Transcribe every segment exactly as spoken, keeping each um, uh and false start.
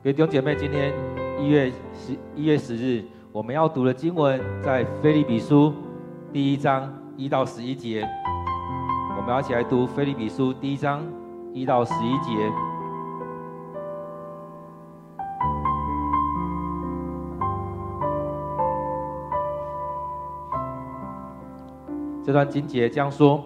各位弟兄姐妹，今天一月十一月十日，我们要读的经文在腓立比书第一章一到十一节。我们要一起来读腓立比书第一章一到十一节。这段经节这样说：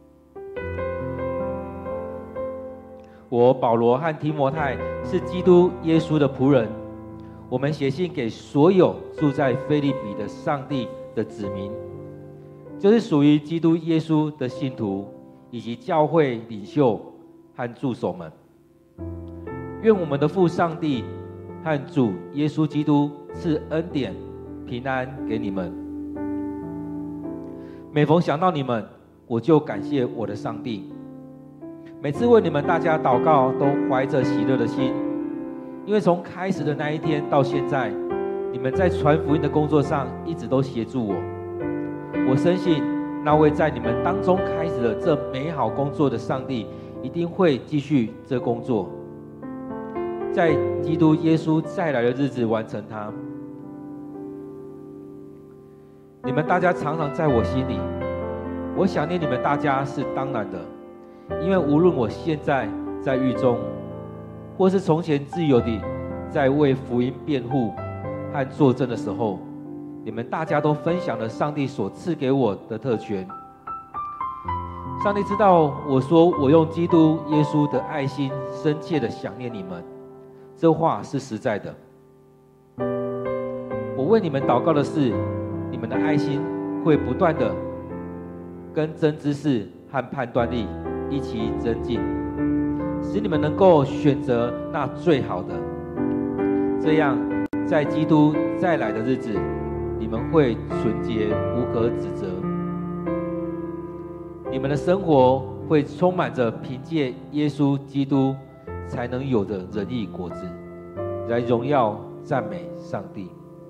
我保罗和提摩太是基督耶稣的仆人，我们写信给所有住在腓立比的上帝的子民，就是属于基督耶稣的信徒，以及教会领袖和助手们。愿我们的父上帝和主耶稣基督赐恩典平安给你们。每逢想到你们，我就感谢我的上帝。每次为你们大家祷告，都怀着喜乐的心，因为从开始的那一天到现在，你们在传福音的工作上一直都协助我。我深信那位在你们当中开始了这美好工作的上帝，一定会继续这工作，在基督耶稣再来的日子完成它。你们大家常常在我心里，我想念你们大家是当然的。因为无论我现在在狱中，或是从前自由地在为福音辩护和作证的时候，你们大家都分享了上帝所赐给我的特权。上帝知道我说我用基督耶稣的爱心深切地想念你们，这话是实在的。我为你们祷告的是，你们的爱心会不断地跟真知识和判断力一起增进，使你们能够选择那最好的，这样在基督再来的日子，你们会纯洁无可指责。你们的生活会充满着凭借耶稣基督才能有的仁义果子，来荣耀赞美上帝。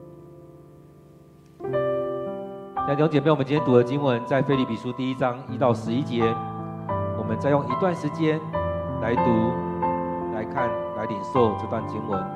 弟兄姐妹，我们今天读的经文在腓立比书第一章一到十一节。我们再用一段时间来读、来看、来领受这段经文。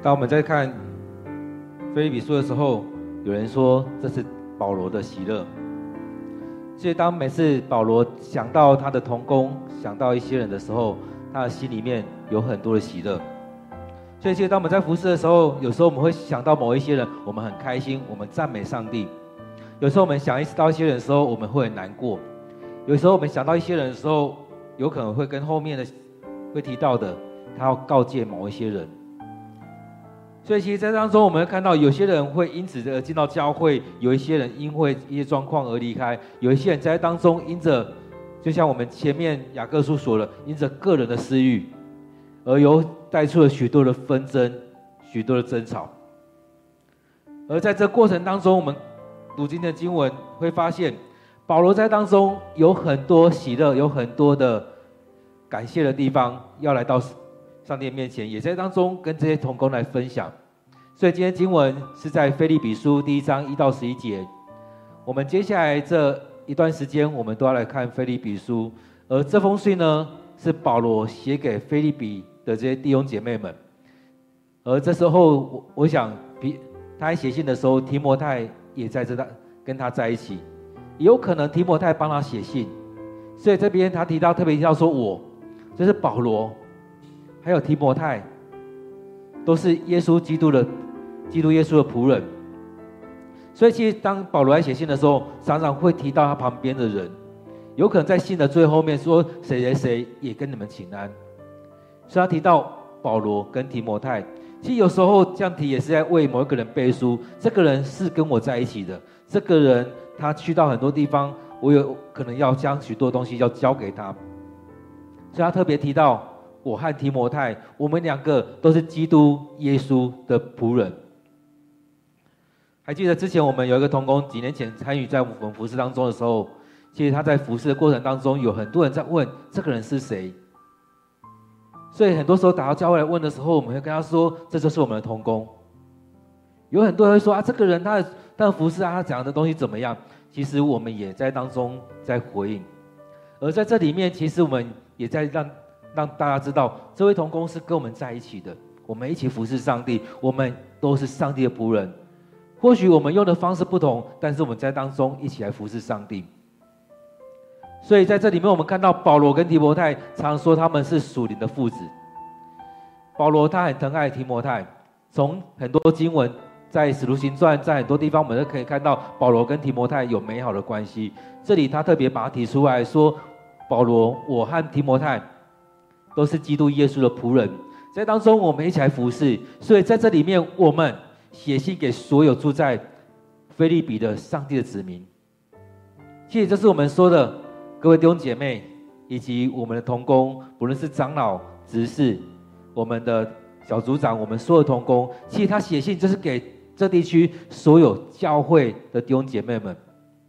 当我们在看腓立比书的时候，有人说这是保罗的喜乐。所以当每次保罗想到他的同工，想到一些人的时候，他的心里面有很多的喜乐。所以其实当我们在服事的时候，有时候我们会想到某一些人，我们很开心，我们赞美上帝。有时候我们想到一些人的时候，我们会很难过。有时候我们想到一些人的时候，有可能会跟后面的会提到的，他要告诫某一些人。所以其实在当中我们会看到，有些人会因此而进到教会，有一些人因为一些状况而离开，有一些人在当中因着，就像我们前面雅各书说的，因着个人的私欲，而有带出了许多的纷争，许多的争吵。而在这过程当中，我们读今天的经文会发现，保罗在当中有很多喜乐，有很多的感谢的地方，要来到上帝面前，也在当中跟这些同工来分享。所以今天经文是在腓立比书第一章一到十一节。我们接下来这一段时间，我们都要来看腓立比书，而这封信呢，是保罗写给腓立比的这些弟兄姐妹们。而这时候，我我想，他在写信的时候，提摩太也在这跟他在一起，也有可能提摩太帮他写信。所以这边他提到，特别提到说我，就是保罗，还有提摩太，都是耶稣基督的。基督耶稣的仆人。所以其实当保罗在写信的时候，常常会提到他旁边的人，有可能在信的最后面说谁谁谁也跟你们请安。所以他提到保罗跟提摩太，其实有时候这样提也是在为某一个人背书，这个人是跟我在一起的，这个人他去到很多地方，我有可能要将许多东西要交给他。所以他特别提到我和提摩太，我们两个都是基督耶稣的仆人。还记得之前我们有一个同工，几年前参与在我们服事当中的时候，其实他在服事的过程当中，有很多人在问这个人是谁。所以很多时候打到教会来问的时候，我们会跟他说，这就是我们的同工。有很多人会说啊，这个人他的他的服事啊，他讲的东西怎么样？其实我们也在当中在回应。而在这里面，其实我们也在让让大家知道，这位同工是跟我们在一起的，我们一起服侍上帝，我们都是上帝的仆人。或许我们用的方式不同，但是我们在当中一起来服侍上帝。所以在这里面，我们看到保罗跟提摩太常说他们是属灵的父子。保罗他很疼爱提摩太，从很多经文在使徒行传，在很多地方我们都可以看到保罗跟提摩太有美好的关系。这里他特别把它提出来说，保罗我和提摩太都是基督耶稣的仆人，在当中我们一起来服侍。所以在这里面，我们写信给所有住在腓立比的上帝的子民。其实这是我们说的各位弟兄姐妹，以及我们的同工，不论是长老、执事，我们的小组长，我们所有同工，其实他写信就是给这地区所有教会的弟兄姐妹们。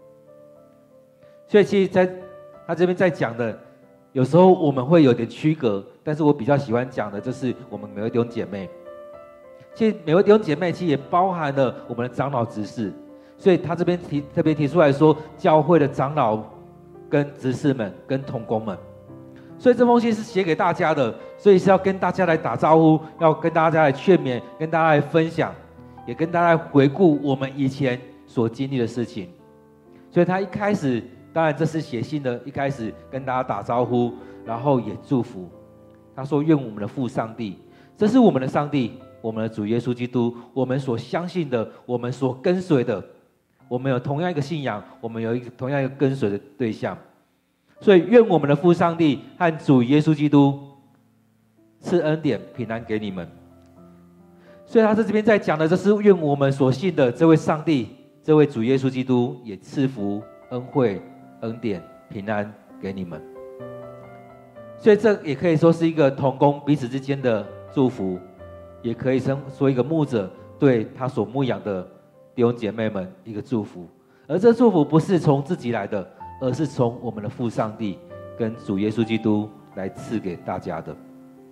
所以其实在他这边在讲的，有时候我们会有点区隔，但是我比较喜欢讲的就是我们每位弟兄姐妹。其实每位弟兄姐妹其实也包含了我们的长老执事，所以他这边提特别提出来说，教会的长老跟执事们跟同工们。所以这封信是写给大家的，所以是要跟大家来打招呼，要跟大家来劝勉，跟大家来分享，也跟大家来回顾我们以前所经历的事情。所以他一开始，当然这是写信的一开始跟大家打招呼，然后也祝福。他说愿我们的父上帝，这是我们的上帝，我们的主耶稣基督，我们所相信的，我们所跟随的，我们有同样一个信仰，我们有一个同样一个跟随的对象。所以愿我们的父上帝和主耶稣基督赐恩典平安给你们。所以他在这边在讲的，就是愿我们所信的这位上帝，这位主耶稣基督也赐福恩惠恩典平安给你们。所以这也可以说是一个同工彼此之间的祝福，也可以说一个牧者对他所牧养的弟兄姐妹们一个祝福。而这祝福不是从自己来的，而是从我们的父上帝跟主耶稣基督来赐给大家的。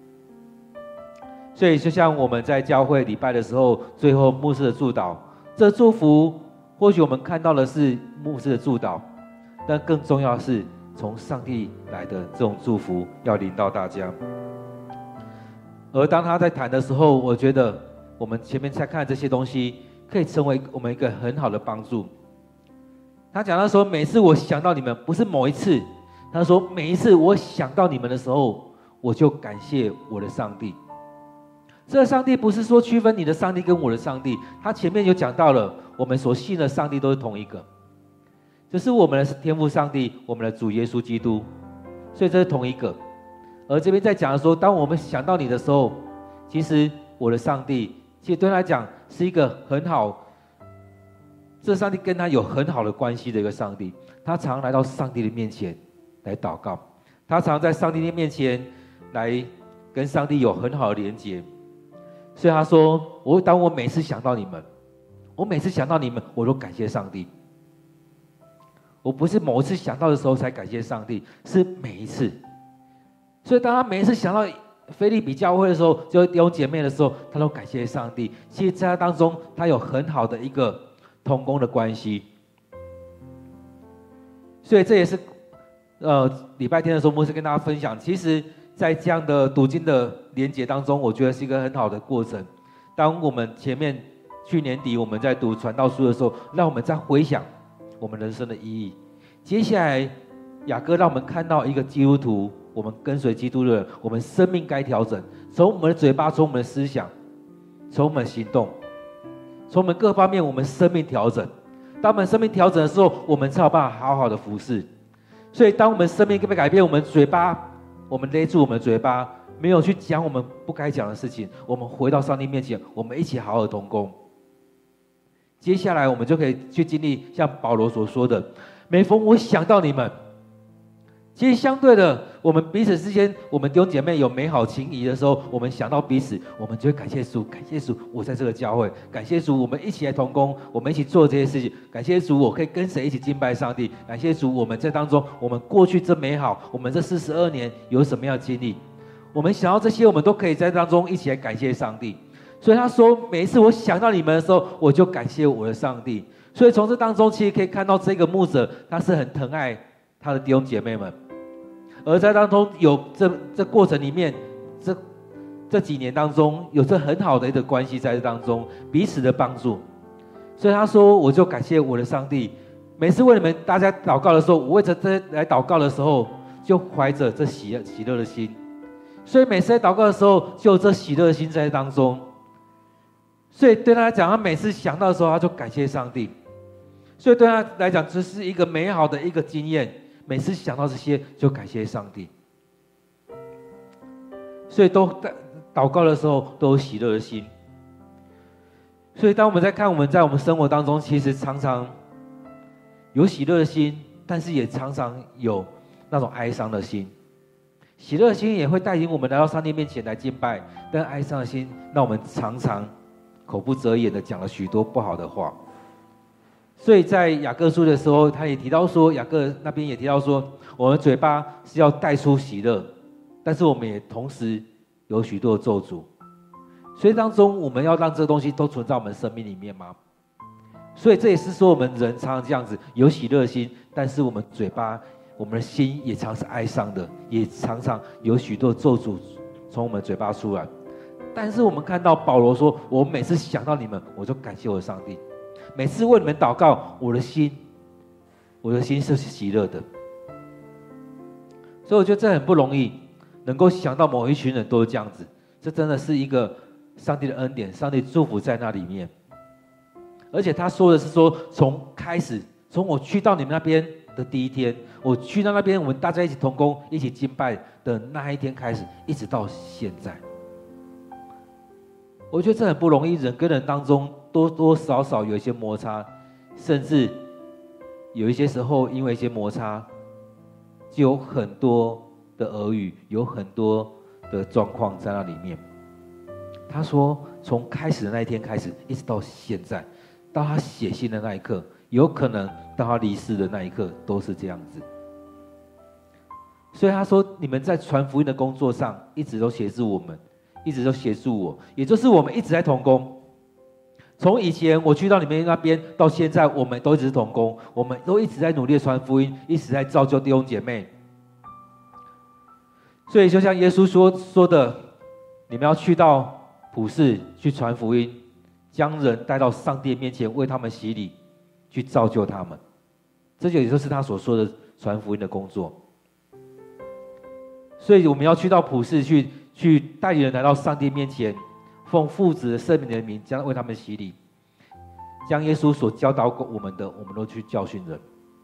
所以就像我们在教会礼拜的时候，最后牧师的祝祷，这祝福或许我们看到的是牧师的祝祷，但更重要的是从上帝来的这种祝福要临到大家。而当他在谈的时候，我觉得我们前面在看的这些东西，可以成为我们一个很好的帮助。他讲到说，每次我想到你们，不是某一次，他说每一次我想到你们的时候，我就感谢我的上帝。这个上帝不是说区分你的上帝跟我的上帝，他前面有讲到了，我们所信的上帝都是同一个，这是我们的天父上帝，我们的主耶稣基督，所以这是同一个。而这边在讲的说，当我们想到你的时候，其实我的上帝，其实对他来讲是一个很好，这上帝跟他有很好的关系的一个上帝。他常来到上帝的面前来祷告，他常在上帝的面前来跟上帝有很好的连结。所以他说，我当我每次想到你们，我每次想到你们，我都感谢上帝。我不是某一次想到的时候才感谢上帝，是每一次。所以当他每一次想到腓立比教会的时候，就弟兄姐妹的时候，他都感谢上帝。其实在他当中，他有很好的一个同工的关系。所以这也是呃礼拜天的时候，牧师跟大家分享，其实在这样的读经的连结当中，我觉得是一个很好的过程。当我们前面去年底我们在读传道书的时候，让我们再回想我们人生的意义。接下来雅各让我们看到一个基督徒，我们跟随基督的人，我们生命该调整，从我们的嘴巴，从我们的思想，从我们的行动，从我们各方面，我们生命调整。当我们生命调整的时候，我们才有办法好好的服侍。所以当我们生命被改变，我们嘴巴，我们勒住我们的嘴巴，没有去讲我们不该讲的事情，我们回到上帝面前，我们一起好好同工。接下来我们就可以去经历像保罗所说的，每逢我想到你们。其实相对的，我们彼此之间，我们弟兄姐妹有美好情谊的时候，我们想到彼此，我们就会感谢主，感谢主，我在这个教会，感谢主，我们一起来同工，我们一起做这些事情，感谢主，我可以跟谁一起敬拜上帝，感谢主，我们在当中，我们过去这美好，我们这四十二年有什么样的经历，我们想到这些，我们都可以在当中一起来感谢上帝。所以他说，每一次我想到你们的时候，我就感谢我的上帝。所以从这当中，其实可以看到这个牧者，他是很疼爱他的弟兄姐妹们。而在当中有这这过程里面，这这几年当中有这很好的一个关系在这当中，彼此的帮助。所以他说，我就感谢我的上帝。每次为你们大家祷告的时候，我为着这来祷告的时候，就怀着这喜喜乐的心。所以每次在祷告的时候，就有这喜乐的心在当中。所以对他来讲，他每次想到的时候，他就感谢上帝。所以对他来讲，这是一个美好的一个经验。每次想到这些，就感谢上帝。所以都在祷告的时候，都有喜乐的心。所以当我们在看我们在我们生活当中，其实常常有喜乐的心，但是也常常有那种哀伤的心。喜乐的心也会带领我们来到上帝面前来敬拜，但哀伤的心让我们常常口不择言的讲了许多不好的话。所以在雅各书的时候，他也提到说，雅各那边也提到说，我们嘴巴是要带出喜乐，但是我们也同时有许多的咒诅。所以当中我们要让这个东西都存在我们生命里面吗？所以这也是说，我们人常常这样子有喜乐的心，但是我们嘴巴，我们的心也常是哀伤的，也常常有许多的咒诅从我们嘴巴出来。但是我们看到保罗说，我每次想到你们，我就感谢我的上帝。每次为你们祷告，我的心，我的心是喜乐的。所以我觉得这很不容易，能够想到某一群人都是这样子，这真的是一个上帝的恩典，上帝祝福在那里面。而且他说的是说，从开始，从我去到你们那边的第一天，我去到那边，我们大家一起同工，一起敬拜的那一天开始，一直到现在。我觉得这很不容易，人跟人当中多多少少有一些摩擦，甚至有一些时候因为一些摩擦，就有很多的耳语，有很多的状况在那里面。他说，从开始的那一天开始，一直到现在，到他写信的那一刻，有可能到他离世的那一刻，都是这样子。所以他说，你们在传福音的工作上，一直都协助我们。一直都协助我，也就是我们一直在同工。从以前我去到你们那边，到现在我们都一直同工，我们都一直在努力传福音，一直在造就弟兄姐妹。所以就像耶稣说说的，你们要去到普世去传福音，将人带到上帝面前，为他们洗礼，去造就他们。这也就是他所说的传福音的工作。所以我们要去到普世去，去带领人来到上帝面前，奉父子的圣名的名，将为他们洗礼，将耶稣所教导我们的，我们都去教训人。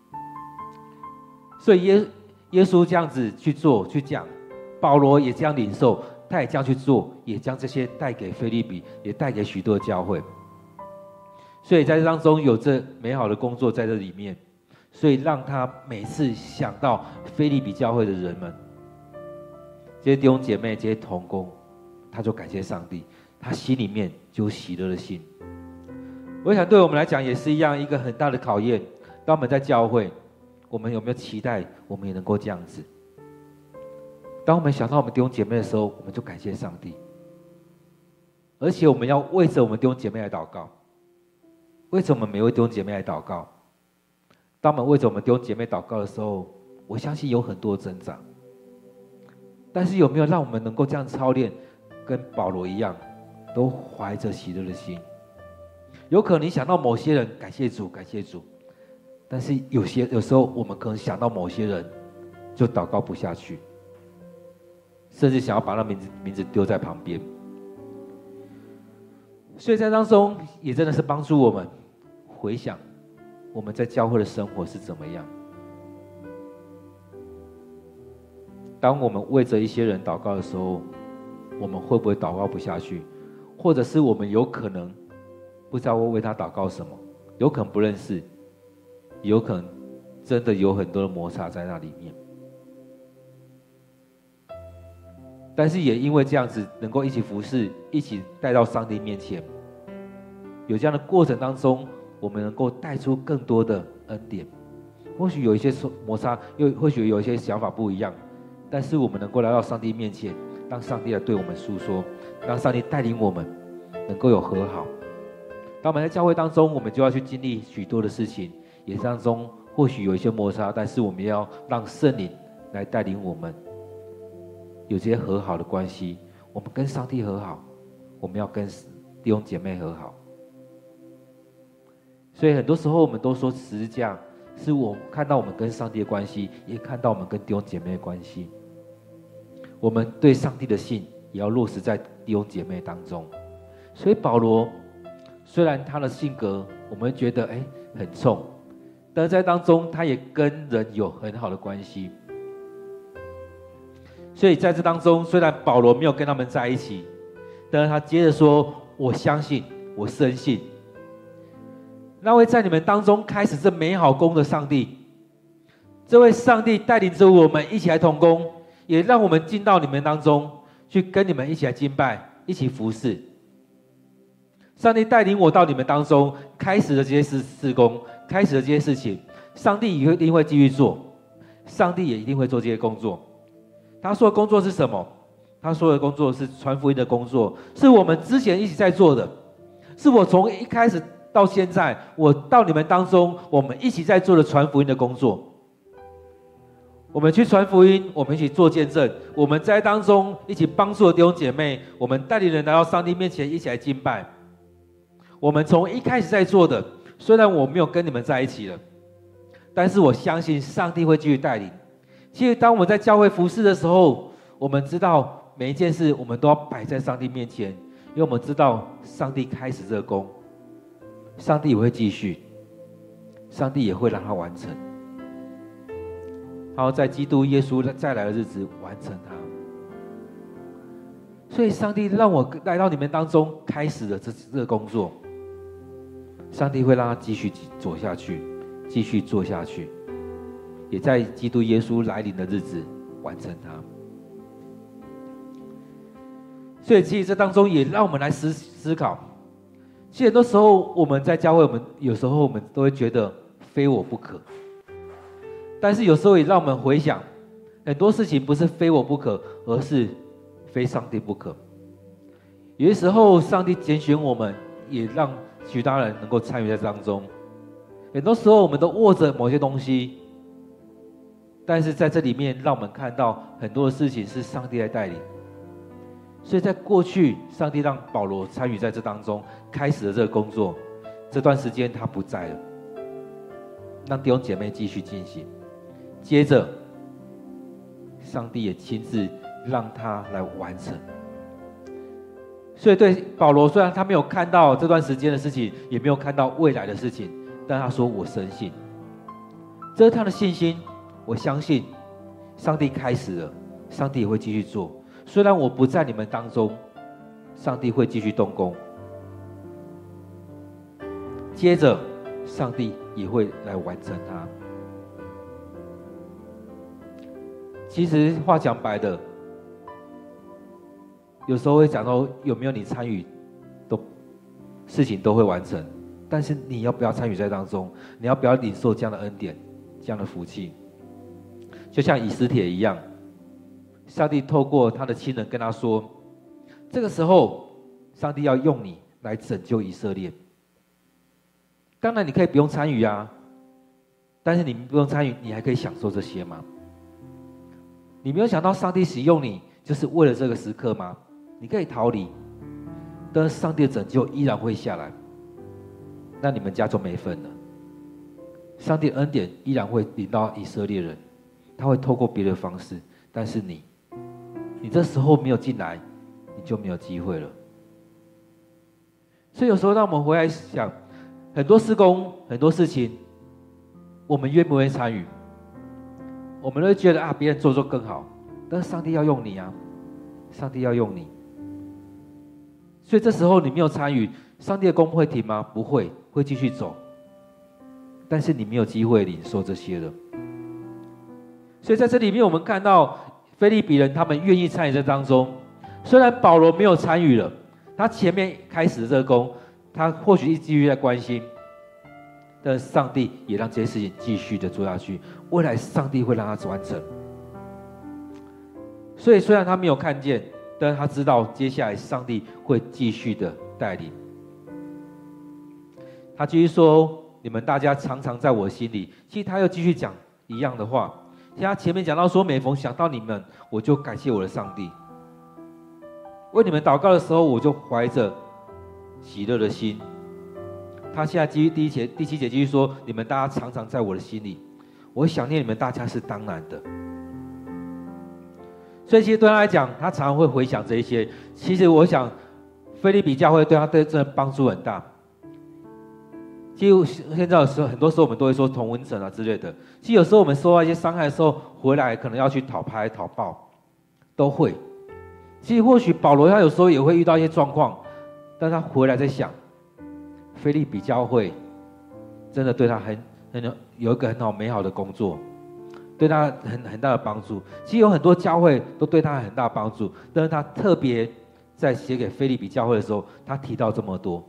所以耶耶稣这样子去做去讲，保罗也这样领受，他也这样去做，也将这些带给腓立比，也带给许多的教会。所以在这当中有这美好的工作在这里面，所以让他每次想到腓立比教会的人们，这些弟兄姐妹，这些同工，他就感谢上帝，他心里面就有喜乐的心。我想对我们来讲也是一样，一个很大的考验。当我们在教会，我们有没有期待我们也能够这样子？当我们想到我们弟兄姐妹的时候，我们就感谢上帝，而且我们要为着我们弟兄姐妹来祷告。为什么每位弟兄姐妹来祷告？当我们为着我们弟兄姐妹祷告的时候，我相信有很多挣扎。但是有没有让我们能够这样操练，跟保罗一样，都怀着喜乐的心？有可能你想到某些人，感谢主，感谢主。但是有些有时候我们可能想到某些人，就祷告不下去，甚至想要把那名字名字丢在旁边。所以在当中也真的是帮助我们回想我们在教会的生活是怎么样。当我们为着一些人祷告的时候，我们会不会祷告不下去？或者是我们有可能不知道为他祷告什么，有可能不认识，有可能真的有很多的摩擦在那里面。但是也因为这样子能够一起服侍，一起带到上帝面前，有这样的过程当中，我们能够带出更多的恩典。或许有一些摩擦，又或许有一些想法不一样，但是我们能够来到上帝面前，让上帝来对我们诉说，让上帝带领我们能够有和好。当我们在教会当中，我们就要去经历许多的事情，也当中或许有一些摩擦，但是我们要让圣灵来带领我们有这些和好的关系。我们跟上帝和好，我们要跟弟兄姐妹和好。所以很多时候我们都说十字架是我看到我们跟上帝的关系，也看到我们跟弟兄姐妹的关系。我们对上帝的信也要落实在弟兄姐妹当中。所以保罗虽然他的性格我们觉得哎很冲，但在当中他也跟人有很好的关系。所以在这当中，虽然保罗没有跟他们在一起，但是他接着说，我相信，我深信那位在你们当中开始这美好工的上帝，这位上帝带领着我们一起来同工，也让我们进到你们当中去，跟你们一起来敬拜，一起服侍。上帝带领我到你们当中，开始了这些事事工，开始了这些事情，上帝也一定会继续做，上帝也一定会做这些工作。他说的工作是什么？他说的工作是传福音的工作，是我们之前一起在做的，是我从一开始到现在，我到你们当中，我们一起在做的传福音的工作。我们去传福音，我们一起做见证，我们在当中一起帮助弟兄姐妹，我们带领人来到上帝面前，一起来敬拜。我们从一开始在做的，虽然我没有跟你们在一起了，但是我相信上帝会继续带领。其实当我们在教会服侍的时候，我们知道每一件事我们都要摆在上帝面前，因为我们知道上帝开始这个工，上帝也会继续，上帝也会让它完成，然后在基督耶稣再来的日子完成它。所以上帝让我来到你们当中，开始了这这个工作，上帝会让他继续走下去，继续做下去，也在基督耶稣来临的日子完成它。所以其实这当中也让我们来思思考，其实很多时候我们在教会，我们有时候我们都会觉得非我不可，但是有时候也让我们回想，很多事情不是非我不可，而是非上帝不可。有些时候上帝拣选我们，也让其他人能够参与在当中。很多时候我们都握着某些东西，但是在这里面让我们看到很多的事情是上帝来带领， 所以在过去，上帝让保罗参与在这当中，开始了这个工作。这段时间他不在了，让弟兄姐妹继续进行。接着，上帝也亲自让他来完成。所以对保罗，虽然他没有看到这段时间的事情，也没有看到未来的事情，但他说：“我深信。”这是他的信心。我相信，上帝开始了，上帝也会继续做。虽然我不在你们当中，上帝会继续动工。接着，上帝也会来完成它。其实话讲白的，有时候会讲到有没有你参与，都事情都会完成。但是你要不要参与在当中？你要不要领受这样的恩典、这样的福气？就像以斯帖一样。上帝透过他的亲人跟他说：“这个时候，上帝要用你来拯救以色列。当然，你可以不用参与啊，但是你不用参与，你还可以享受这些吗？你没有想到上帝使用你，就是为了这个时刻吗？你可以逃离，但是上帝的拯救依然会下来，那你们家就没份了。上帝的恩典依然会临到以色列人，他会透过别的方式，但是你。”你这时候没有进来，你就没有机会了。所以有时候让我们回来想，很多事工、很多事情，我们愿不愿意参与？我们都会觉得啊，别人做做更好，但是上帝要用你啊，上帝要用你。所以这时候你没有参与，上帝的工会停吗？不会，会继续走。但是你没有机会领受这些了。所以在这里面，我们看到。腓立比人他们愿意参与这当中，虽然保罗没有参与了，他前面开始的这个工，他或许一继续在关心，但是上帝也让这些事情继续的做下去，未来上帝会让他完成。所以虽然他没有看见，但是他知道接下来上帝会继续的带领。他继续说：“你们大家常常在我心里。”其实他又继续讲一样的话。他前面讲到说，每逢想到你们，我就感谢我的上帝。为你们祷告的时候，我就怀着喜乐的心。他现在继续第一节、第七节继续说，你们大家常常在我的心里，我想念你们大家是当然的。所以其实对他来讲，他常常会回想这一些。其实我想，腓立比教会对他真的帮助很大。其实现在有时候，很多时候我们都会说同温层啊之类的。其实有时候我们受到一些伤害的时候，回来可能要去讨拍、讨报，都会。其实或许保罗他有时候也会遇到一些状况，但他回来在想，腓立比教会真的对他很很有一个很好美好的工作，对他很很大的帮助。其实有很多教会都对他很大的帮助，但是他特别在写给腓立比教会的时候，他提到这么多。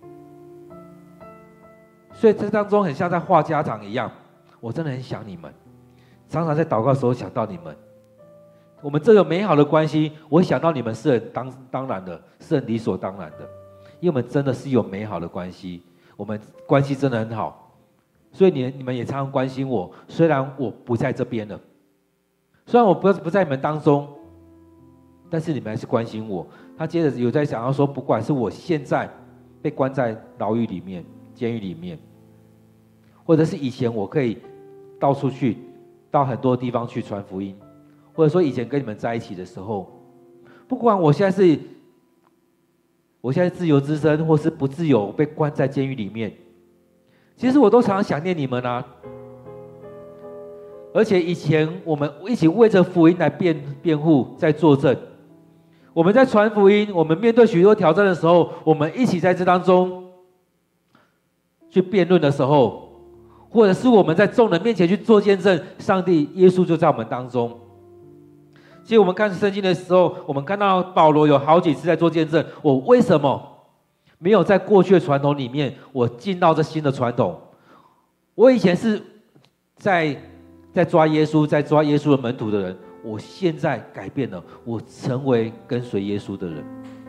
所以这当中很像在话家常一样，我真的很想你们，常常在祷告的时候想到你们。我们这个美好的关系，我想到你们是很当当然的，是很理所当然的，因为我们真的是有美好的关系，我们关系真的很好。所以你你们也常常关心我，虽然我不在这边了，虽然我不不在你们当中，但是你们还是关心我。他接着有在讲到说，不管是我现在被关在牢狱里面、监狱里面，或者是以前我可以到处去，到很多地方去传福音，或者说以前跟你们在一起的时候，不管我现在是我现在自由之身，或是不自由，被关在监狱里面，其实我都常常想念你们啊。而且以前我们一起为着福音来辩辩护，在作证。我们在传福音，我们面对许多挑战的时候，我们一起在这当中去辩论的时候，或者是我们在众人面前去做见证，上帝耶稣就在我们当中。其实我们看圣经的时候，我们看到保罗有好几次在做见证，我为什么没有在过去的传统里面，我进到这新的传统？我以前是在在抓耶稣，在抓耶稣的门徒的人，我现在改变了，我成为跟随耶稣的人。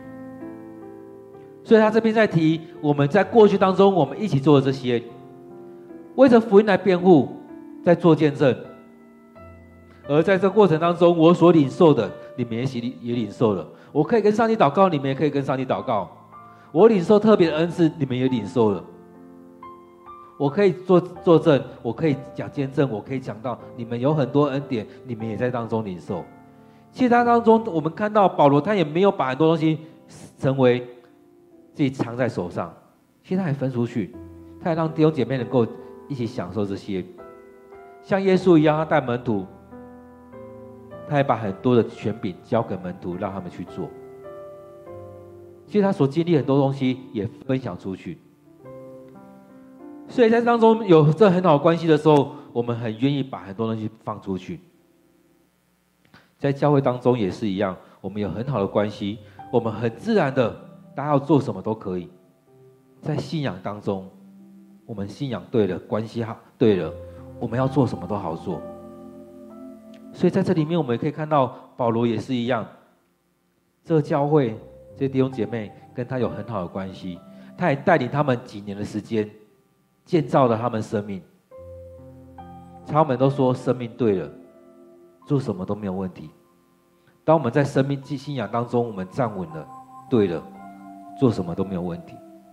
所以他这边在提，我们在过去当中，我们一起做的这些，为着福音来辩护，在做见证。而在这过程当中，我所领受的， 你们也许也领受了。我可以跟上帝祷告，你们也可以跟上帝祷告。我领受特别的恩赐，你们也领受了。我可以做作证，我可以讲见证，我可以讲到你们有很多恩典，你们也在当中领受。其实他当中，我们看到保罗他也没有把很多东西成为自己藏在手上，其实他还分出去，他也让弟兄姐妹能够一起享受这些。像耶稣一样，他带门徒，他也把很多的权柄交给门徒，让他们去做。其实他所经历很多东西也分享出去，所以在当中有这很好的关系的时候，我们很愿意把很多东西放出去。在教会当中也是一样，我们有很好的关系，我们很自然的，大家要做什么都可以。在信仰当中，我们信仰对了，关系好对了，我们要做什么都好做。所以在这里面，我们也可以看到保罗也是一样，这个教会这些弟兄姐妹跟他有很好的关系，他也带领他们几年的时间，建造了他们生命。他们都说生命对了，做什么都没有问题。当我们在生命信仰当中，我们站稳了，对了，做什么都没有问题。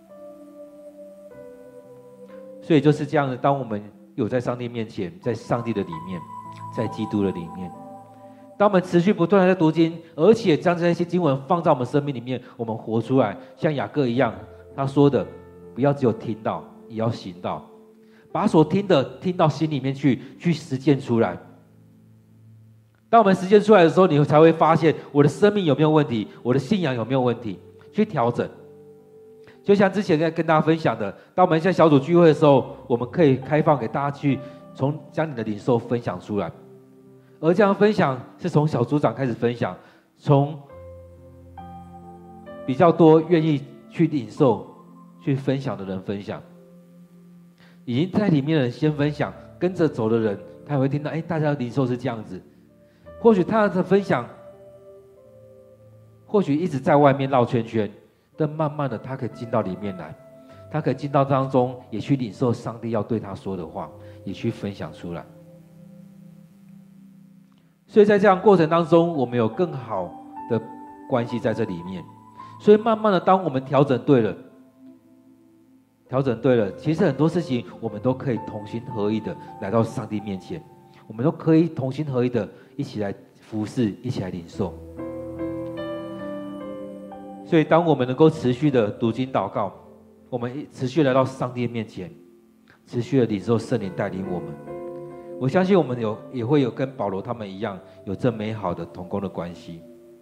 所以就是这样的，当我们有在上帝面前，在上帝的里面，在基督的里面，当我们持续不断的在读经，而且将这些经文放在我们生命里面，我们活出来，像雅各一样，他说的，不要只有听到，也要行道，把所听的听到心里面去，去实践出来。当我们实践出来的时候，你才会发现我的生命有没有问题，我的信仰有没有问题，去调整。就像之前在跟大家分享的，当我们在小组聚会的时候，我们可以开放给大家去从将你的领受分享出来。而这样分享是从小组长开始分享，从比较多愿意去领受、去分享的人分享。已经在里面的人先分享，跟着走的人，他也会听到，哎，大家的领受是这样子。或许他的分享，或许一直在外面绕圈圈，但慢慢的他可以进到里面来，他可以进到当中，也去领受上帝要对他说的话，也去分享出来。所以在这样过程当中，我们有更好的关系在这里面。所以慢慢的，当我们调整对了，调整对了，其实很多事情我们都可以同心合意的来到上帝面前，我们都可以同心合意的一起来服侍，一起来领受。所以当我们能够持续的读经祷告，我们持续来到上帝面前，持续的领受圣灵带领我们，我相信我们有也会有跟保罗他们一样，有这美好的同工的关系。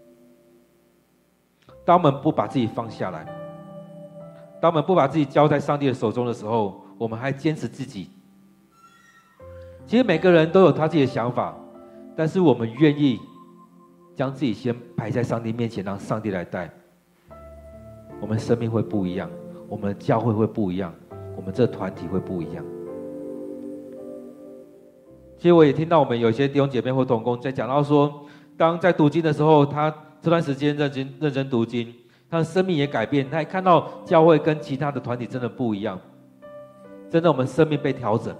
当我们不把自己放下来，当我们不把自己交在上帝的手中的时候，我们还坚持自己。其实每个人都有他自己的想法，但是我们愿意将自己先摆在上帝面前，让上帝来带，我们生命会不一样，我们教会会不一样，我们这团体会不一样。其实我也听到我们有一些弟兄姐妹或同工在讲到说，当在读经的时候，他这段时间认真认真读经，他的生命也改变，他也看到教会跟其他的团体真的不一样，真的我们生命被调整。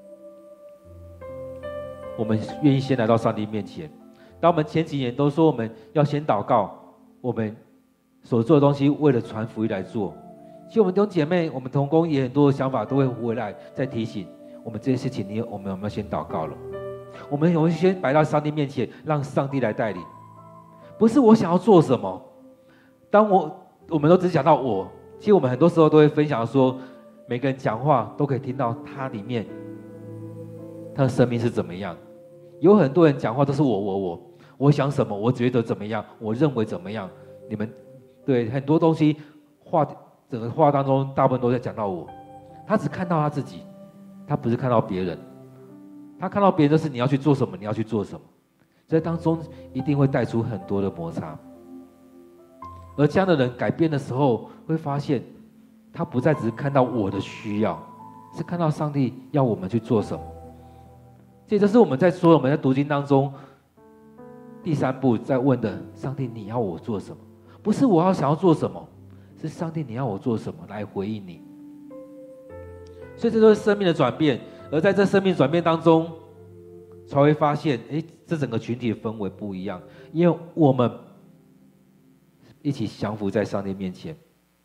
我们愿意先来到上帝面前。当我们前几年都说我们要先祷告，我们所做的东西为了传福音来做。其实我们弟兄姐妹，我们同工也很多的想法都会回来再提醒我们这些事情，你我们有没有先祷告了？我们有没有先摆到上帝面前，让上帝来带领？不是我想要做什么。当我我们都只讲到我，其实我们很多时候都会分享说，每个人讲话都可以听到他里面他的生命是怎么样。有很多人讲话都是我我我，我想什么，我觉得怎么样，我认为怎么样。你们对很多东西话，整个话当中大部分都在讲到我，他只看到他自己，他不是看到别人。他看到别人就是你要去做什么，你要去做什么，在当中一定会带出很多的摩擦。而这样的人改变的时候，会发现他不再只是看到我的需要，是看到上帝要我们去做什么。这就是我们在说我们在读经当中第三步在问的：上帝，你要我做什么？不是我要想要做什么，是上帝你要我做什么来回应你。所以这都是生命的转变。而在这生命转变当中， 才会发现，哎，这整个群体的氛围不一样，因为我们一起降服在上帝面前。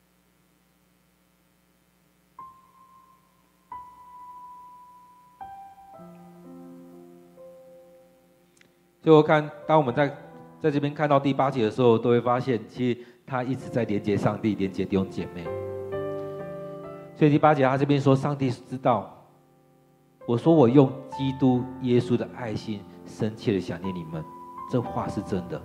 所以我看，当我们在在这边看到第八节的时候，都会发现，其实他一直在连接上帝，连接弟兄姐妹。所以第八节他这边说，上帝知道。我说我用基督耶稣的爱心深切的想念你们，这话是真的。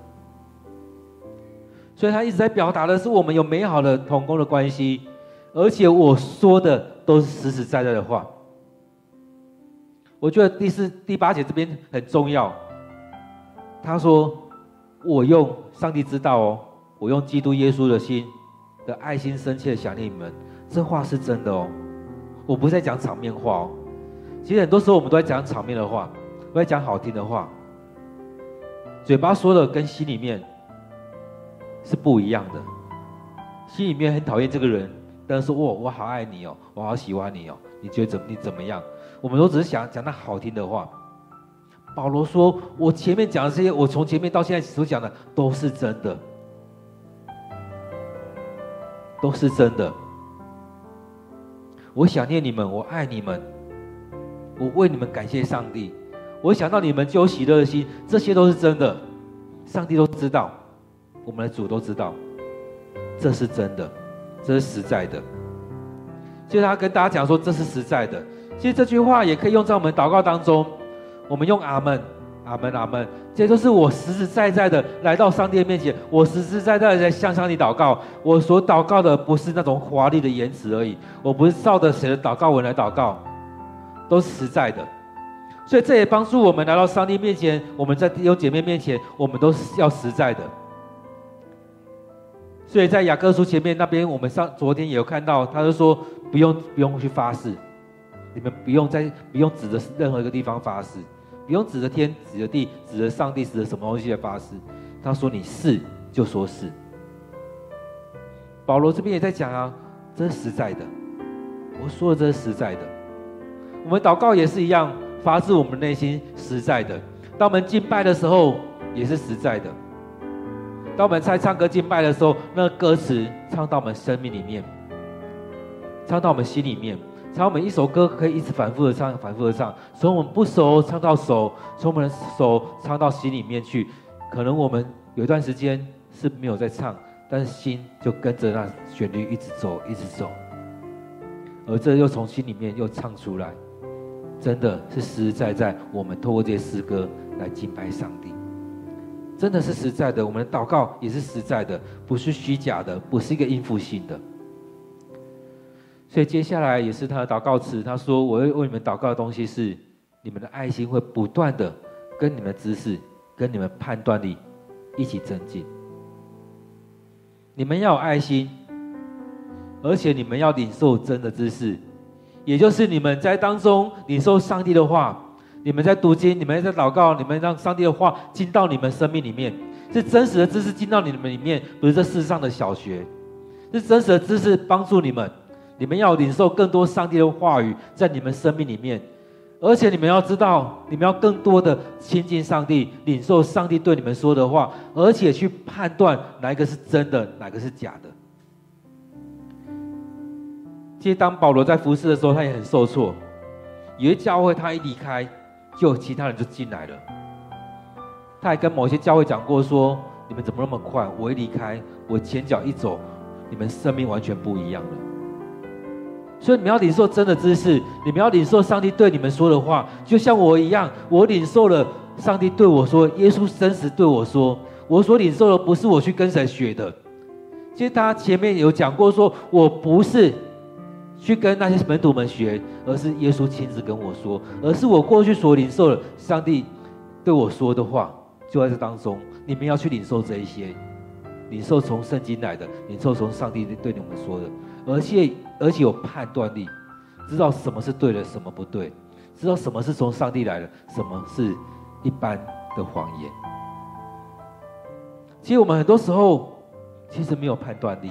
所以他一直在表达的是我们有美好的同工的关系，而且我说的都是实实在在的话。我觉得第四、第八节这边很重要。他说我用上帝知道哦，我用基督耶稣的心的爱心深切的想念你们，这话是真的哦。我不是在讲场面话哦。其实很多时候我们都在讲场面的话，都在讲好听的话，嘴巴说的跟心里面是不一样的。心里面很讨厌这个人，但是说哦，我好爱你哦，我好喜欢你哦，你觉得怎你怎么样？我们都只是想讲那好听的话。保罗说，我前面讲的这些，我从前面到现在所讲的都是真的，都是真的。我想念你们，我爱你们。我为你们感谢上帝，我想到你们就有喜乐的心，这些都是真的，上帝都知道，我们的主都知道，这是真的，这是实在的。所以他跟大家讲说，这是实在的。其实这句话也可以用在我们祷告当中，我们用阿们、阿们、阿们，这都是我实实在在的来到上帝的面前，我实实在在的在向上帝祷告。我所祷告的不是那种华丽的言辞而已，我不是照着谁的祷告文来祷告。都是实在的，所以这也帮助我们来到上帝面前，我们在弟兄姐妹面前，我们都是要实在的。所以在雅各书前面那边，我们上昨天也有看到，他就说不用不用去发誓，你们不用在不用指着任何一个地方发誓，不用指着天、指着地、指着上帝、指着什么东西来发誓。他说你是就说是。保罗这边也在讲啊，这是实在的，我说的这是实在的。我们祷告也是一样，发自我们内心实在的。当我们敬拜的时候，也是实在的。当我们在唱歌敬拜的时候，那歌词唱到我们生命里面，唱到我们心里面，唱我们一首歌可以一直反复的唱，反复的唱，从我们不熟唱到熟，从我们的手唱到心里面去。可能我们有一段时间是没有在唱，但是心就跟着那旋律一直走，一直走，而这又从心里面又唱出来。真的是实实在在，我们透过这些诗歌来敬拜上帝，真的是实在的。我们的祷告也是实在的，不是虚假的，不是一个应付性的。所以接下来也是他的祷告词，他说：“我会为你们祷告的东西是，你们的爱心会不断的跟你们的知识、跟你们判断力一起增进。你们要有爱心，而且你们要领受真的知识。”也就是你们在当中领受上帝的话，你们在读经，你们在祷告，你们让上帝的话进到你们生命里面，是真实的知识进到你们里面，不是这世上的小学，是真实的知识帮助你们。你们要领受更多上帝的话语在你们生命里面，而且你们要知道，你们要更多的亲近上帝，领受上帝对你们说的话，而且去判断哪一个是真的，哪个是假的。其实当保罗在服侍的时候，他也很受挫。有些教会他一离开，就有其他人就进来了。他还跟某些教会讲过说：“你们怎么那么快？我一离开，我前脚一走，你们生命完全不一样了。”所以你们要领受真的知识，你们要领受上帝对你们说的话，就像我一样，我领受了上帝对我说，耶稣真实对我说，我所领受的不是我去跟谁学的。其实他前面有讲过说，我不是去跟那些门徒们学，而是耶稣亲自跟我说，而是我过去所领受的上帝对我说的话，就在这当中，你们要去领受这一些，领受从圣经来的，领受从上帝对你们说的，而且而且有判断力，知道什么是对的，什么不对，知道什么是从上帝来的，什么是一般的谎言。其实我们很多时候其实没有判断力，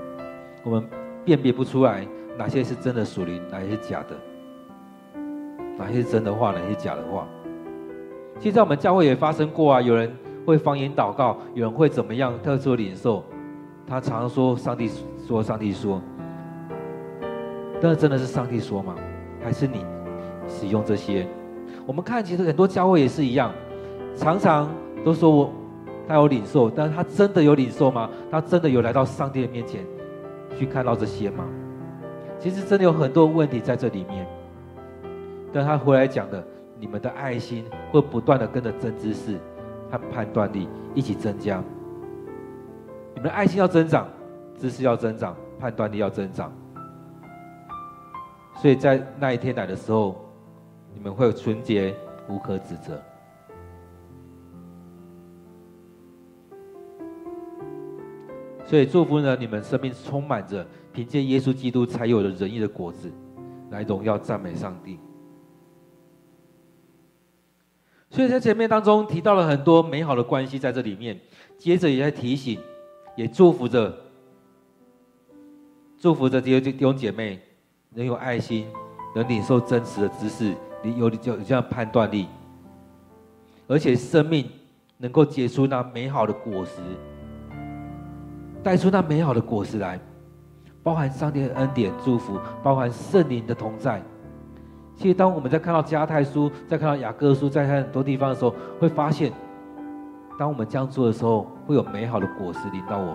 我们辨别不出来哪些是真的属灵，哪些是假的。 哪些是真的话，哪些是假的话。其实在我们教会也发生过啊，有人会方言祷告，有人会怎么样特殊领受，他常常说上帝说上帝说，但真的是上帝说吗？还是你使用这些？我们看其实很多教会也是一样，常常都说我他有领受，但是他真的有领受吗？他真的有来到上帝的面前去看到这些吗？其实真的有很多问题在这里面。但他回来讲的，你们的爱心会不断的跟着真知识和判断力一起增加。你们的爱心要增长，知识要增长，判断力要增长。所以在那一天来的时候，你们会有纯洁，无可指责。所以祝福呢，你们生命充满着凭借耶稣基督才有的仁义的果子，来荣耀赞美上帝。所以在前面当中提到了很多美好的关系在这里面，接着也在提醒，也祝福着，祝福着这些弟兄姐妹能有爱心，能领受真实的知识，有有这样判断力，而且生命能够结出那美好的果实，带出那美好的果实来，包含上帝的恩典祝福，包含圣灵的同在。其实当我们在看到加拉太书，在看到雅各书，在看很多地方的时候，会发现当我们这样做的时候，会有美好的果实临到我们，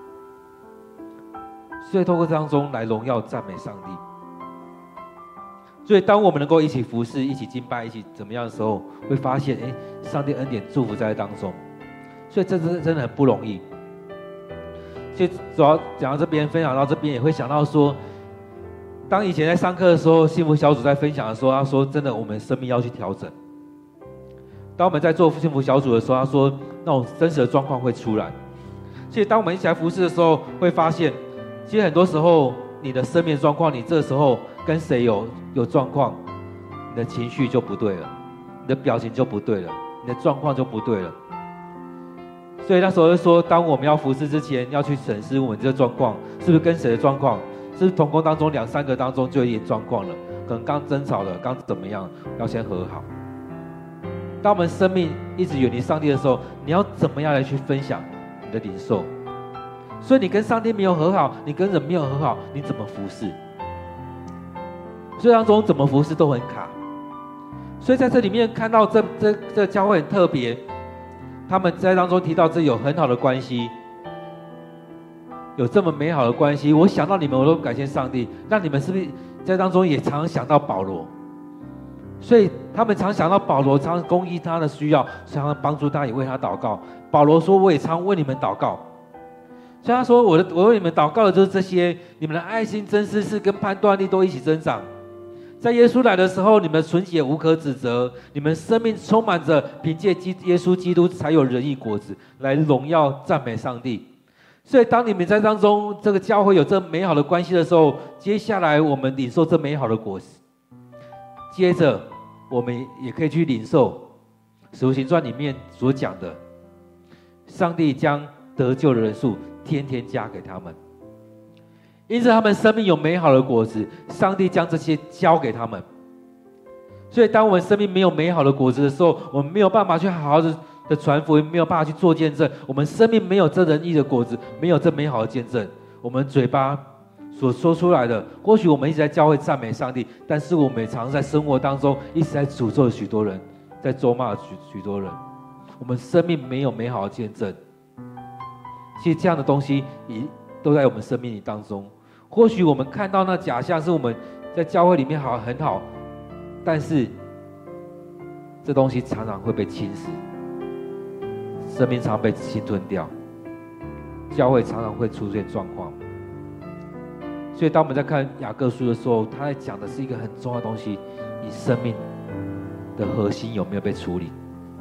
所以透过当中来荣耀赞美上帝。所以当我们能够一起服侍，一起敬拜，一起怎么样的时候，会发现哎，上帝恩典祝福在当中，所以这真真的很不容易。所以主要讲到这边，分享到这边，也会想到说，当以前在上课的时候，幸福小组在分享的时候，他说真的我们生命要去调整。当我们在做幸福小组的时候，他说那种真实的状况会出来。所以当我们一起来服侍的时候，会发现其实很多时候你的生命状况，你这个时候跟谁有有状况，你的情绪就不对了，你的表情就不对了，你的状况就不对了。所以那时候就说，当我们要服侍之前，要去审视我们这个状况是不是跟谁的状况，是不是同工当中两三个当中就有一点状况了，可能刚争吵了，刚怎么样，要先和好。当我们生命一直远离上帝的时候，你要怎么样来去分享你的领受？所以你跟上帝没有和好，你跟人没有和好，你怎么服侍？所以当中怎么服侍都很卡。所以在这里面看到这这这教会很特别，他们在当中提到这有很好的关系，有这么美好的关系，我想到你们，我都感谢上帝。那你们是不是在当中也常常想到保罗？所以他们常想到保罗，常供应他的需要，常常帮助他，也为他祷告。保罗说：“我也常为你们祷告。”所以他说：“我的，我为你们祷告的就是这些，你们的爱心、真知识跟判断力都一起增长。在耶稣来的时候，你们纯洁无可指责，你们生命充满着凭借耶稣基督才有仁义果子，来荣耀赞美上帝。”所以当你们在当中这个教会有这美好的关系的时候，接下来我们领受这美好的果实，接着我们也可以去领受使徒行传里面所讲的，上帝将得救的人数天天加给他们，因此他们生命有美好的果子，上帝将这些交给他们。所以当我们生命没有美好的果子的时候，我们没有办法去好好的的传福音，没有办法去做见证，我们生命没有这仁义的果子，没有这美好的见证，我们嘴巴所说出来的，或许我们一直在教会赞美上帝，但是我们也常常在生活当中一直在诅咒许多人，在咒骂许许多人，我们生命没有美好的见证。其实这样的东西也都在我们生命里当中。或许我们看到那假象是我们在教会里面好很好，但是这东西常常会被侵蚀，生命常常被侵吞掉，教会常常会出现状况。所以当我们在看雅各书的时候，他在讲的是一个很重要的东西，你生命的核心有没有被处理？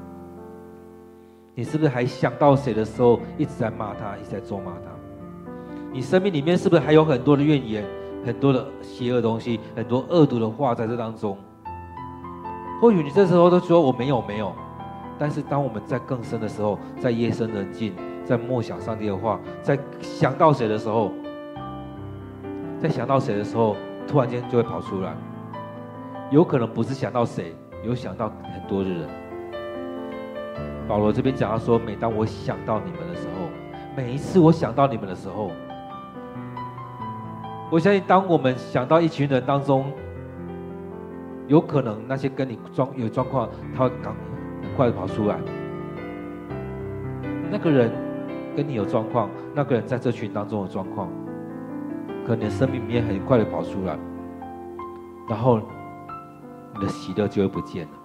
你是不是还想到谁的时候一直在骂他，一直在咒骂他？你生命里面是不是还有很多的怨言，很多的邪恶的东西，很多恶毒的话在这当中？或许你这时候都说我没有没有，但是当我们在更深的时候，在夜深人静，在默想上帝的话，在想到谁的时候，在想到谁的时候，突然间就会跑出来。 有可能不是想到谁，有想到很多的人。保罗这边讲到说，每当我想到你们的时候，每一次我想到你们的时候，我相信当我们想到一群人当中，有可能那些跟你状有状况，他会刚很快的跑出来。那个人跟你有状况，那个人在这群当中的状况，可能你的生命里面很快的跑出来，然后你的喜乐就会不见了。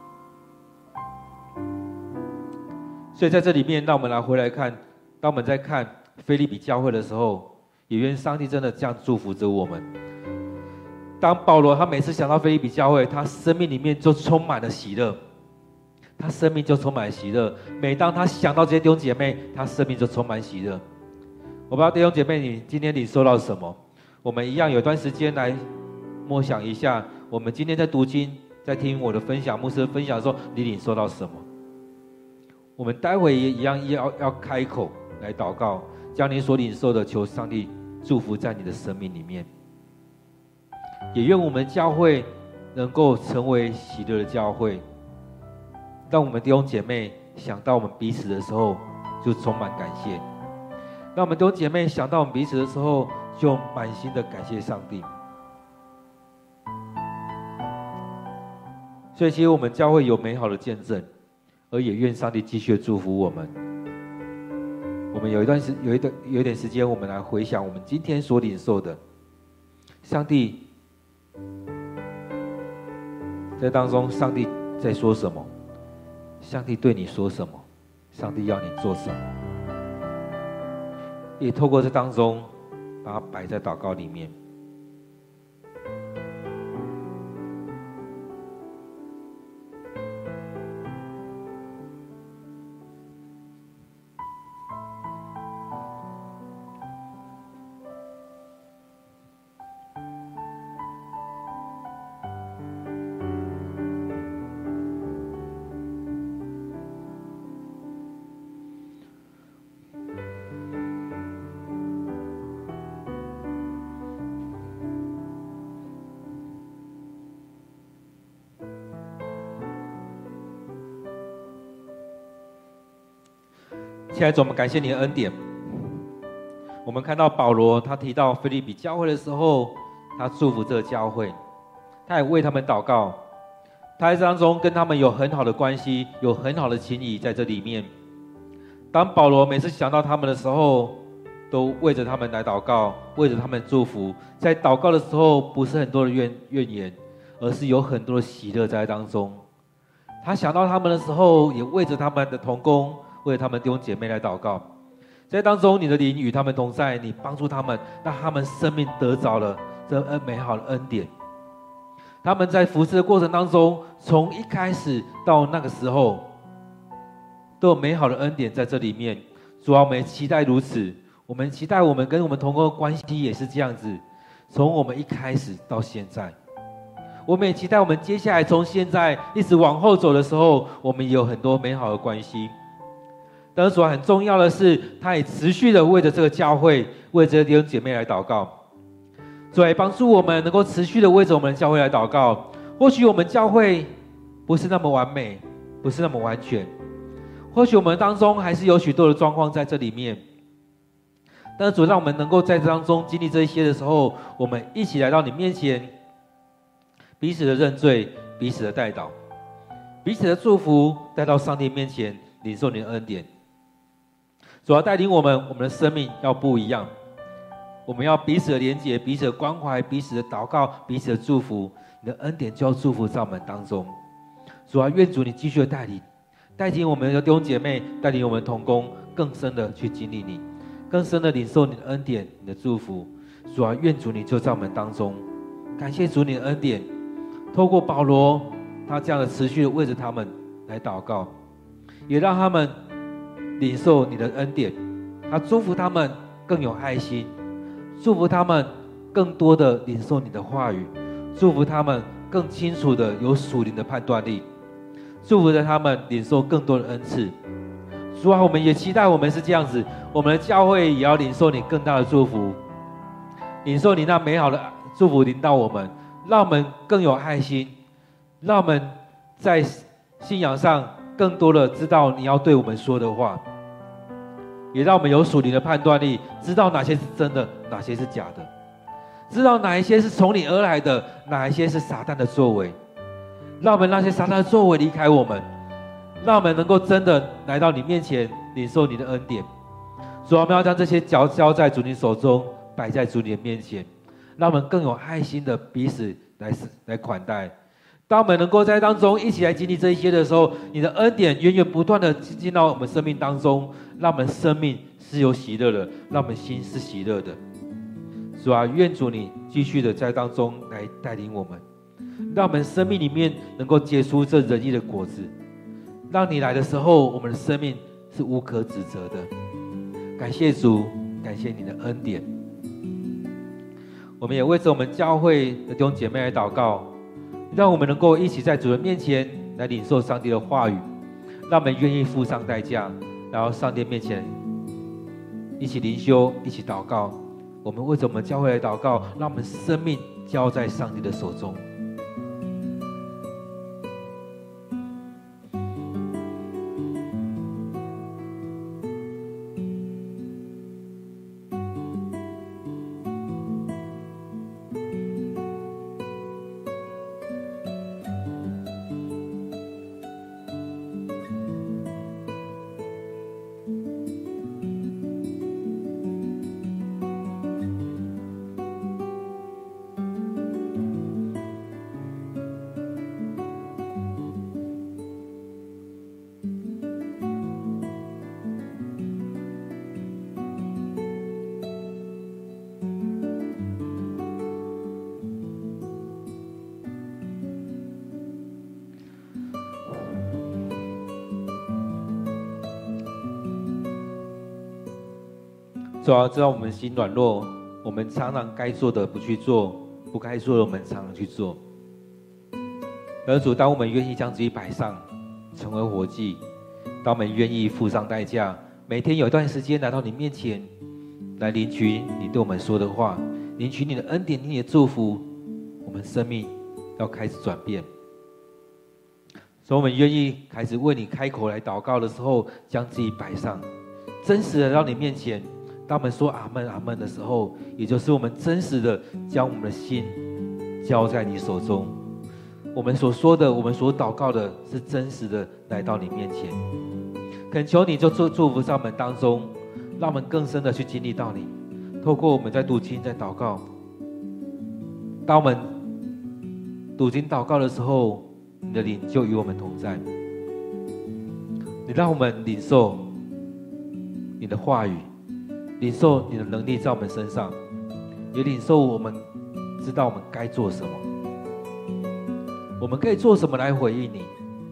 所以在这里面，让我们来回来看，当我们在看腓立比教会的时候，也愿上帝真的这样祝福着我们。当保罗他每次想到腓立比教会，他生命里面就充满了喜乐，他生命就充满了喜乐。每当他想到这些弟兄姐妹，他生命就充满喜乐。我不知道弟兄姐妹，你今天你收到什么？我们一样有段时间来默想一下，我们今天在读经，在听我的分享、牧师的分享的时候，你领受到什么？我们待会也一样要要开口来祷告，将你所领受的求上帝祝福在你的生命里面。也愿我们教会能够成为喜乐的教会，让我们弟兄姐妹想到我们彼此的时候就充满感谢，让我们弟兄姐妹想到我们彼此的时候就满心的感谢上帝。所以其实我们教会有美好的见证，而也愿上帝继续祝福我们。我们有一段时有一段有一点时间，我们来回想我们今天所领受的。上帝在当中，上帝在说什么？上帝对你说什么？上帝要你做什么？也透过这当中，把它摆在祷告里面。亲爱的主，我们感谢你的恩典。我们看到保罗他提到腓立比教会的时候，他祝福这个教会，他也为他们祷告，他在当中跟他们有很好的关系，有很好的情谊在这里面。当保罗每次想到他们的时候，都为着他们来祷告，为着他们祝福。在祷告的时候，不是很多的怨怨言，而是有很多的喜乐在当中。他想到他们的时候，也为着他们的同工，为了他们弟兄姐妹来祷告。在当中，你的灵与他们同在，你帮助他们，让他们生命得着了这恩美好的恩典。他们在服侍的过程当中，从一开始到那个时候，都有美好的恩典在这里面。主啊，我们期待如此，我们期待我们跟我们同工的关系也是这样子，从我们一开始到现在。我们也期待我们接下来从现在一直往后走的时候，我们也有很多美好的关系。但是主啊，很重要的是，他也持续的为着这个教会，为着这些弟兄姐妹来祷告。主啊，也帮助我们能够持续的为着我们的教会来祷告。或许我们教会不是那么完美，不是那么完全，或许我们当中还是有许多的状况在这里面。但是主，让我们能够在这当中经历这一些的时候，我们一起来到你面前，彼此的认罪，彼此的代祷，彼此的祝福带到上帝面前，领受你的恩典。主要带领我们，我们的生命要不一样。我们要彼此的连结，彼此的关怀，彼此的祷告，彼此的祝福。你的恩典就要祝福在我们当中。主啊，愿主你继续的带领，带领我们的弟兄姐妹，带领我们同工，更深的去经历你，更深的领受你的恩典，你的祝福。主啊，愿主你就在我们当中。感谢主你的恩典，透过保罗他这样的持续的为着他们来祷告，也让他们领受你的恩典，他祝福他们更有爱心，祝福他们更多的领受你的话语，祝福他们更清楚的有属灵的判断力，祝福着他们领受更多的恩赐。主啊，我们也期待我们是这样子，我们的教会也要领受你更大的祝福，领受你那美好的祝福临到我们，让我们更有爱心， 让我们在信仰上更多的知道你要对我们说的话，也让我们有属灵的判断力，知道哪些是真的，哪些是假的，知道哪一些是从你而来的，哪一些是撒旦的作为。让我们那些撒旦的作为离开我们，让我们能够真的来到你面前，领受你的恩典。主，我们要将这些交交在主你手中，摆在主你的面前，让我们更有爱心的彼此来来款待。当我们能够在当中一起来经历这一些的时候，你的恩典源源不断的进到我们生命当中，让我们生命是有喜乐的，让我们心是喜乐的。主啊，愿主你继续的在当中来带领我们，让我们生命里面能够结出这仁义的果子，让你来的时候，我们的生命是无可指责的。感谢主，感谢你的恩典。我们也为着我们教会的弟兄姐妹来祷告，让我们能够一起在主的面前来领受上帝的话语，让我们愿意付上代价，然后上帝面前一起灵修，一起祷告。我们为着我们教会来祷告，让我们生命交在上帝的手中。主要知道我们心软弱，我们常常该做的不去做，不该做的我们常常去做。而主，当我们愿意将自己摆上，成为活祭，当我们愿意付上代价，每天有一段时间来到你面前，来领取你对我们说的话，领取你的恩典，你的祝福，我们生命要开始转变。所以我们愿意开始为你开口来祷告的时候，将自己摆上，真实的到你面前。当我们说阿们阿们的时候，也就是我们真实的将我们的心交在你手中。我们所说的，我们所祷告的是真实的来到你面前。恳求你就祝祝福在我们当中，让我们更深的去经历到你。透过我们在读经在祷告，当我们读经祷告的时候，你的灵就与我们同在。你让我们领受你的话语，领受你的能力在我们身上，也领受我们知道我们该做什么，我们可以做什么来回应你。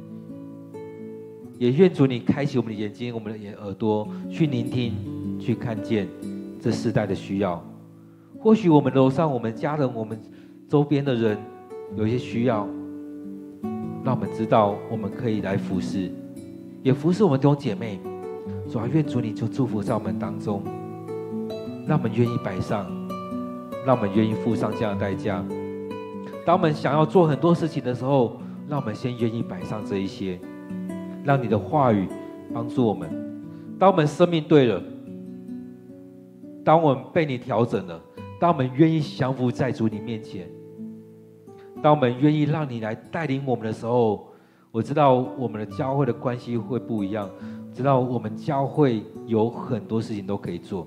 也愿主你开启我们的眼睛，我们的耳朵，去聆听，去看见这世代的需要。或许我们楼上、我们家人、我们周边的人有一些需要，让我们知道我们可以来服侍，也服侍我们弟兄姐妹。主啊，愿主你就祝福在我们当中，让我们愿意摆上，让我们愿意付上这样的代价。当我们想要做很多事情的时候，让我们先愿意摆上这一些，让你的话语帮助我们。当我们生命对了，当我们被你调整了，当我们愿意降服在主你面前，当我们愿意让你来带领我们的时候，我知道我们的教会的关系会不一样，知道我们教会有很多事情都可以做。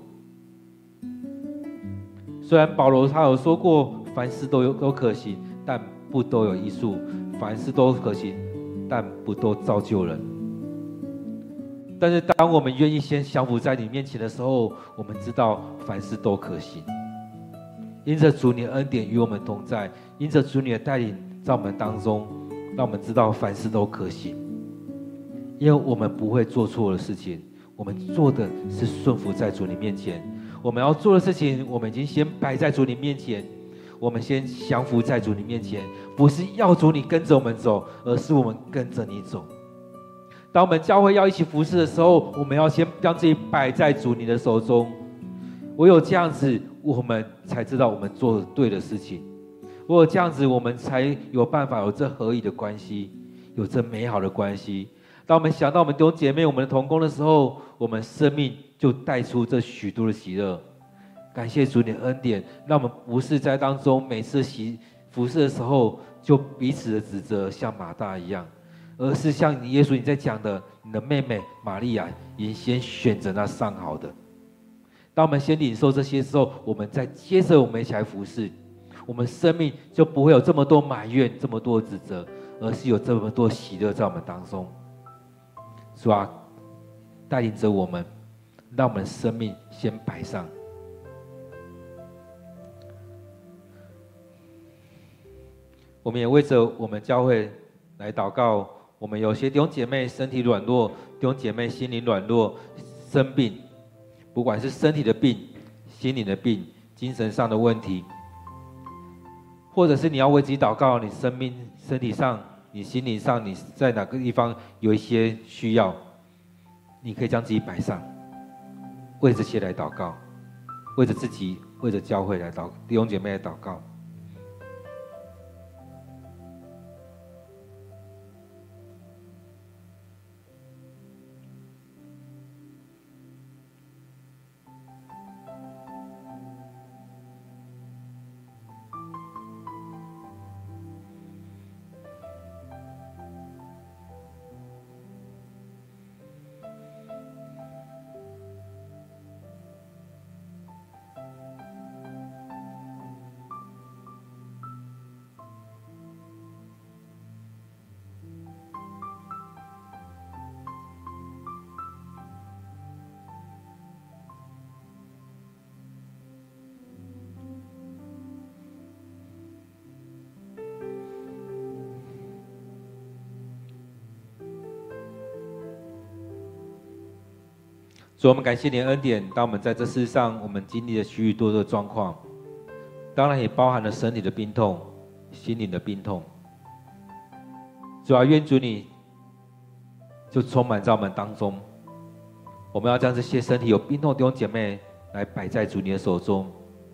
虽然保罗他有说过，凡事都有都可行，但不都有益处；凡事都可行，但不都造就人。但是当我们愿意先降服在你面前的时候，我们知道凡事都可行。因着主你的恩典与我们同在，因着主你的带领在我们当中，让我们知道凡事都可行。因为我们不会做错的事情，我们做的是顺服在主你面前。我们要做的事情，我们已经先摆在主你面前，我们先降服在主你面前，不是要主你跟着我们走，而是我们跟着你走。当我们教会要一起服侍的时候，我们要先将自己摆在主你的手中。唯有这样子，我们才知道我们做对的事情。 唯有这样子，我们才有办法有这合一的关系，有这美好的关系。当我们想到我们弟兄姐妹、我们的同工的时候，我们生命就带出这许多的喜乐。感谢主你的恩典，让我们不是在当中每次洗服侍的时候就彼此的指责，像马大一样，而是像你耶稣你在讲的，你的妹妹玛利亚已经先选择那上好的。当我们先领受这些之后，我们再接着我们一起来服侍，我们生命就不会有这么多埋怨、这么多指责，而是有这么多喜乐在我们当中。主啊，带领着我们，让我们生命先摆上。我们也为着我们教会来祷告。我们有些弟兄姐妹身体软弱，弟兄姐妹心灵软弱，生病，不管是身体的病、心灵的病、精神上的问题，或者是你要为自己祷告，你生命、身体上、你心灵上，你在哪个地方有一些需要，你可以将自己摆上，为这些来祷告，为着自己，为着教会来祷，弟兄姐妹来祷告。主，我们感谢你的恩典。当我们在这世上，我们经历了许许多多的状况，当然也包含了身体的病痛、心灵的病痛。主啊，愿主你就充满在我们当中。我们要将这些身体有病痛的弟兄姐妹来摆在主你的手中，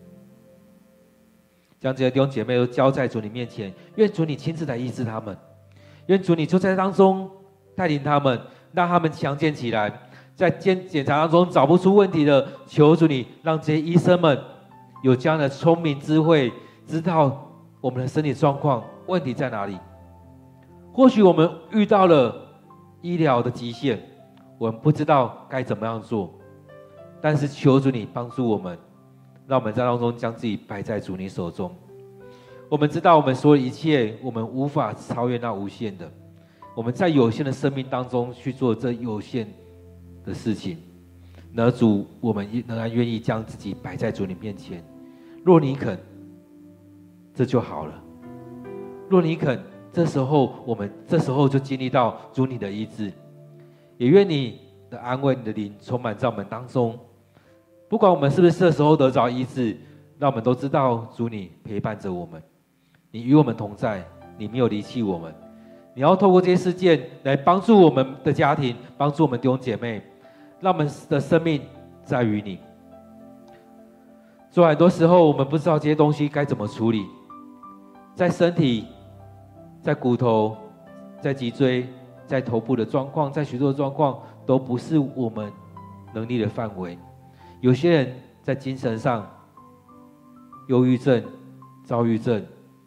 将这些弟兄姐妹都交在主你面前。愿主你亲自来医治他们，愿主你就在当中带领他们，让他们强健起来。在检检查当中找不出问题的，求主你让这些医生们有这样的聪明智慧，知道我们的身体状况问题在哪里。或许我们遇到了医疗的极限，我们不知道该怎么样做，但是求主你帮助我们，让我们在当中将自己摆在主你手中。我们知道我们所有一切，我们无法超越那无限的，我们在有限的生命当中去做这有限的事情，而主，我们仍然愿意将自己摆在主你面前。若你肯，这就好了；若你肯，这时候我们这时候就经历到主你的医治。也愿你的安慰、你的灵充满在我们当中。不管我们是不是这时候得着医治，让我们都知道主你陪伴着我们，你与我们同在，你没有离弃我们。你要透过这些事件来帮助我们的家庭，帮助我们弟兄姐妹，让我们的生命在于你。所以很多时候我们不知道这些东西该怎么处理，在身体、在骨头、在脊椎、在头部的状况，在许多的状况都不是我们能力的范围。有些人在精神上，忧郁症、躁郁症，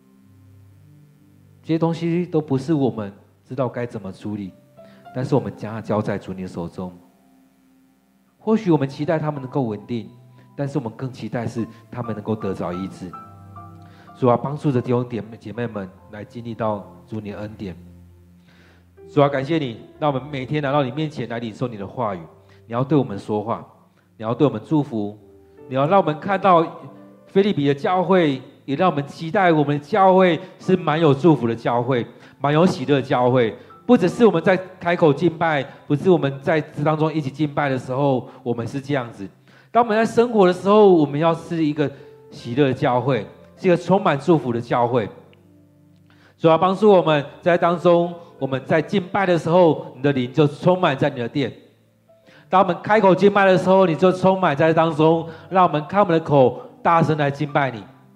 这些东西都不是我们知道该怎么处理，但是我们将它交在主你的手中。或许我们期待他们能够稳定，但是我们更期待是他们能够得着医治。主啊，帮助着弟兄姐妹们来经历到主你的恩典。主啊，感谢你，让我们每天来到你面前来领受你的话语。你要对我们说话，你要对我们祝福，你要让我们看到腓立比的教会，也让我们期待我们的教会是蛮有祝福的教会，蛮有喜乐的教会。不只是我们在开口敬拜，不是我们在这当中一起敬拜的时候，我们是这样子。当我们在生活的时候，我们要是一个喜乐的教会，是一个充满祝福的教会。主要帮助我们在当中，我们在敬拜的时候，你的灵就充满在你的殿。当我们开口敬拜的时候，你就充满在当中，让我们开我们的口，大声来敬拜你。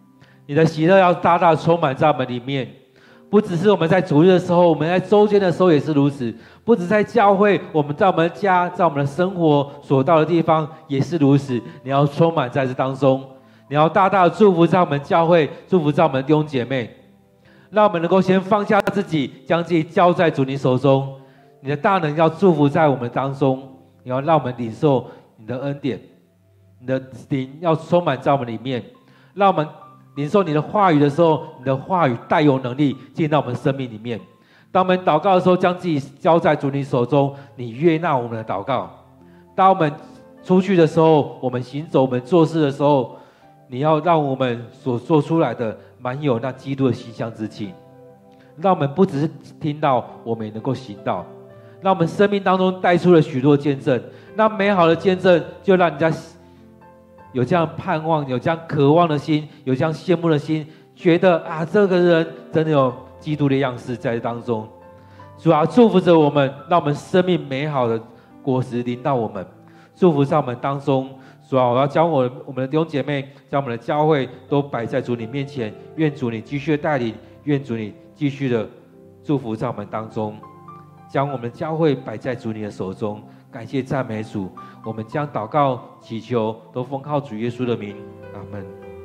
你的喜乐要大大充满在我们里面。不只是我们在主日的时候，我们在周间的时候也是如此。不只在教会，我们在我们的家，在我们的生活所到的地方也是如此。你要充满在这当中，你要大大的祝福在我们教会，祝福在我们的弟兄姐妹，让我们能够先放下自己，将自己交在主你手中。你的大能要祝福在我们当中，你要让我们领受你的恩典，你的灵要充满在我们里面，让我们领受你的话语的时候，你的话语带有能力进到我们生命里面。当我们祷告的时候，将自己交在主你手中，你悦纳我们的祷告。当我们出去的时候，我们行走，我们做事的时候，你要让我们所做出来的满有那基督的形象之气，让我们不只是听到，我们也能够行道，让我们生命当中带出了许多见证。那美好的见证就让人家有这样盼望，有这样渴望的心，有这样羡慕的心，觉得啊，这个人真的有基督的样式在当中。主啊，祝福着我们，让我们生命美好的果实临到我们，祝福在我们当中。主啊，我要将我我们的弟兄姐妹，将我们的教会都摆在主你面前，愿主你继续的带领，愿主你继续的祝福在我们当中，将我们的教会摆在主你的手中。感谢赞美主，我们将祷告祈求都奉靠主耶稣的名，阿们。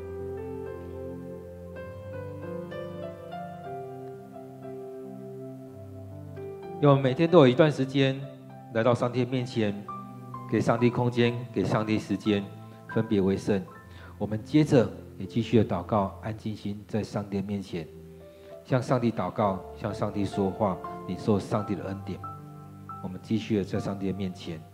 因为我们每天都有一段时间来到上帝面前，给上帝空间，给上帝时间，分别为圣。我们接着也继续的祷告，安静心在上帝面前，向上帝祷告，向上帝说话，领受上帝的恩典。我们继续的在上帝的面前。